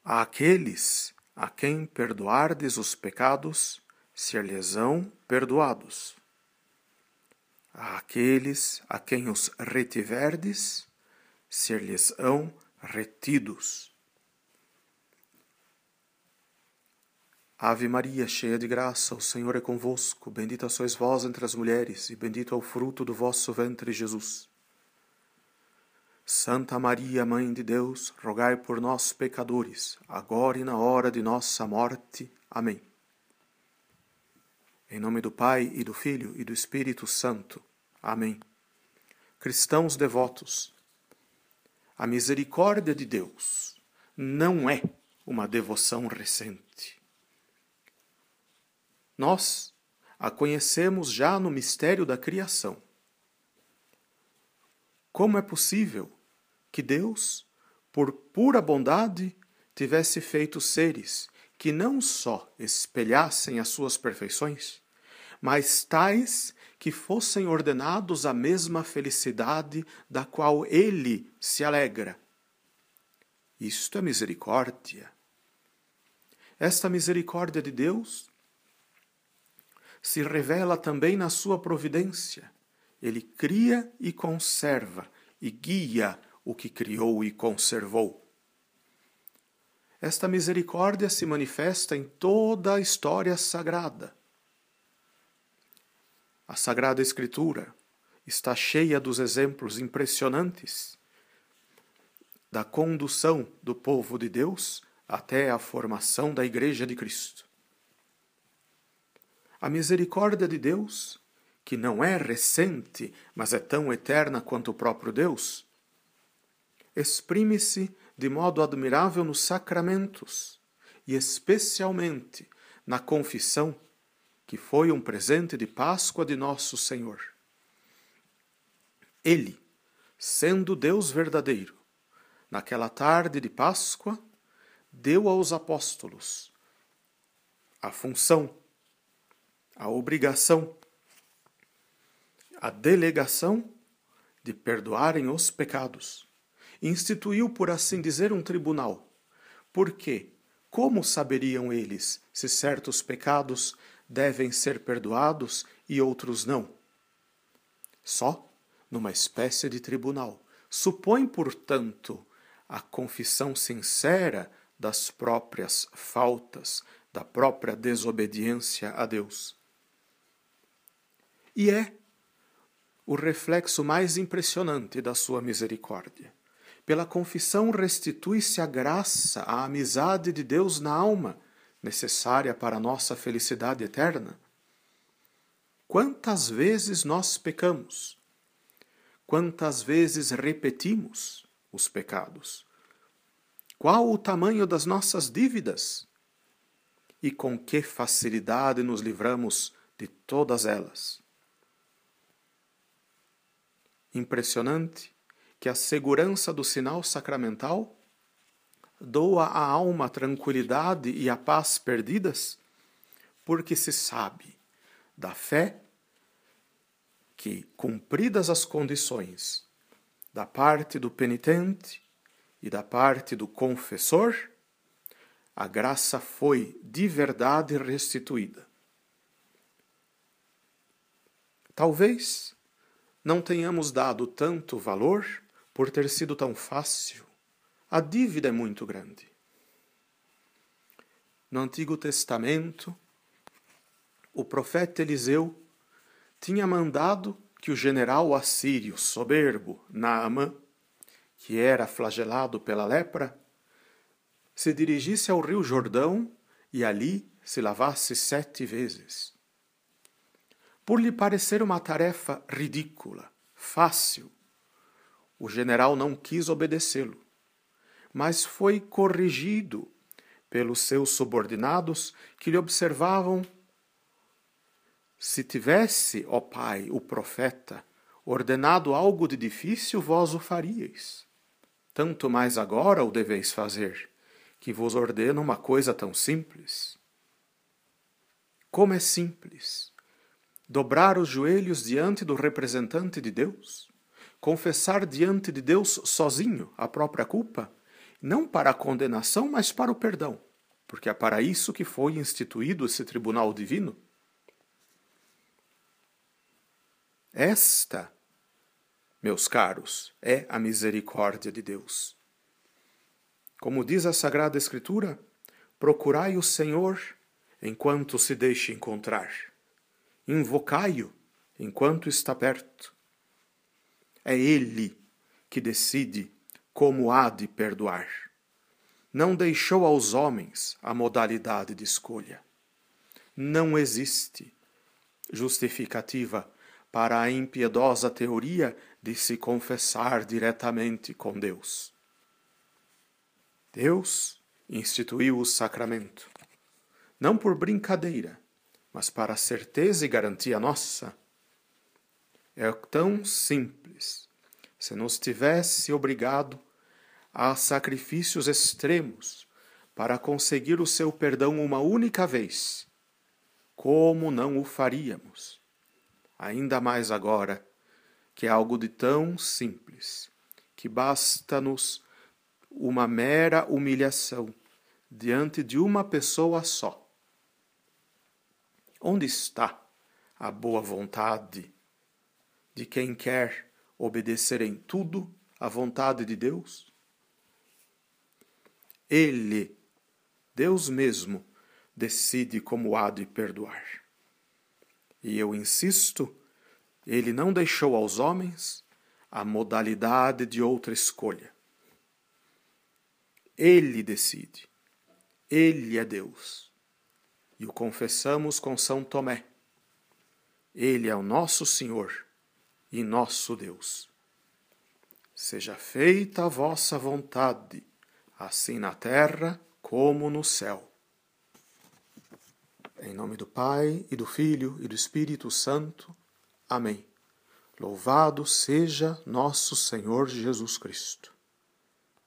Àqueles a quem perdoardes os pecados, ser-lhes-ão perdoados. Àqueles a quem os retiverdes, ser-lhes-ão retidos. Ave Maria, cheia de graça, o Senhor é convosco. Bendita sois vós entre as mulheres, e bendito é o fruto do vosso ventre, Jesus. Santa Maria, Mãe de Deus, rogai por nós, pecadores, agora e na hora de nossa morte. Amém. Em nome do Pai, e do Filho, e do Espírito Santo. Amém. Cristãos devotos, a misericórdia de Deus não é uma devoção recente. Nós a conhecemos já no mistério da criação. Como é possível que Deus, por pura bondade, tivesse feito seres que não só espelhassem as suas perfeições, mas tais que fossem ordenados à mesma felicidade da qual Ele se alegra? Isto é misericórdia. Esta misericórdia de Deus se revela também na sua providência. Ele cria e conserva, e guia o que criou e conservou. Esta misericórdia se manifesta em toda a história sagrada. A Sagrada Escritura está cheia dos exemplos impressionantes da condução do povo de Deus até a formação da Igreja de Cristo. A misericórdia de Deus, que não é recente, mas é tão eterna quanto o próprio Deus, exprime-se de modo admirável nos sacramentos, e especialmente na confissão, que foi um presente de Páscoa de nosso Senhor. Ele, sendo Deus verdadeiro, naquela tarde de Páscoa, deu aos apóstolos a função, a obrigação, a delegação de perdoarem os pecados. Instituiu, por assim dizer, um tribunal. Porque, como saberiam eles se certos pecados devem ser perdoados e outros não? Só numa espécie de tribunal. Supõe, portanto, a confissão sincera das próprias faltas, da própria desobediência a Deus. E é o reflexo mais impressionante da sua misericórdia. Pela confissão restitui-se a graça, a amizade de Deus na alma, necessária para a nossa felicidade eterna. Quantas vezes nós pecamos? Quantas vezes repetimos os pecados? Qual o tamanho das nossas dívidas? E com que facilidade nos livramos de todas elas? Impressionante que a segurança do sinal sacramental doa à alma a tranquilidade e a paz perdidas, porque se sabe da fé que, cumpridas as condições da parte do penitente e da parte do confessor, a graça foi de verdade restituída. Talvez não tenhamos dado tanto valor por ter sido tão fácil. A dívida é muito grande. No Antigo Testamento, o profeta Eliseu tinha mandado que o general assírio soberbo Naamã, que era flagelado pela lepra, se dirigisse ao rio Jordão e ali se lavasse 7 vezes. Por lhe parecer uma tarefa ridícula, fácil, o general não quis obedecê-lo, mas foi corrigido pelos seus subordinados que lhe observavam: se tivesse, ó pai, o profeta, ordenado algo de difícil, vós o faríeis. Tanto mais agora o deveis fazer, que vos ordeno uma coisa tão simples. Como é simples dobrar os joelhos diante do representante de Deus, confessar diante de Deus sozinho a própria culpa não para a condenação, mas para o perdão, porque é para isso que foi instituído esse tribunal divino. Esta, meus caros, é a misericórdia de Deus. Como diz a Sagrada Escritura, procurai o Senhor enquanto se deixe encontrar. Invocai-o enquanto está perto. É Ele que decide como há de perdoar. Não deixou aos homens a modalidade de escolha. Não existe justificativa para a impiedosa teoria de se confessar diretamente com Deus. Deus instituiu o sacramento, não por brincadeira, mas para a certeza e garantia nossa. É tão simples. Se nos tivesse obrigado a sacrifícios extremos para conseguir o seu perdão uma única vez, como não o faríamos? Ainda mais agora, que é algo de tão simples, que basta-nos uma mera humilhação diante de uma pessoa só. Onde está a boa vontade de quem quer obedecer em tudo à vontade de Deus? Ele, Deus mesmo, decide como há de perdoar. E eu insisto, ele não deixou aos homens a modalidade de outra escolha. Ele decide. Ele é Deus. E o confessamos com São Tomé. Ele é o nosso Senhor e nosso Deus. Seja feita a vossa vontade, assim na terra como no céu. Em nome do Pai, e do Filho, e do Espírito Santo. Amém. Louvado seja nosso Senhor Jesus Cristo.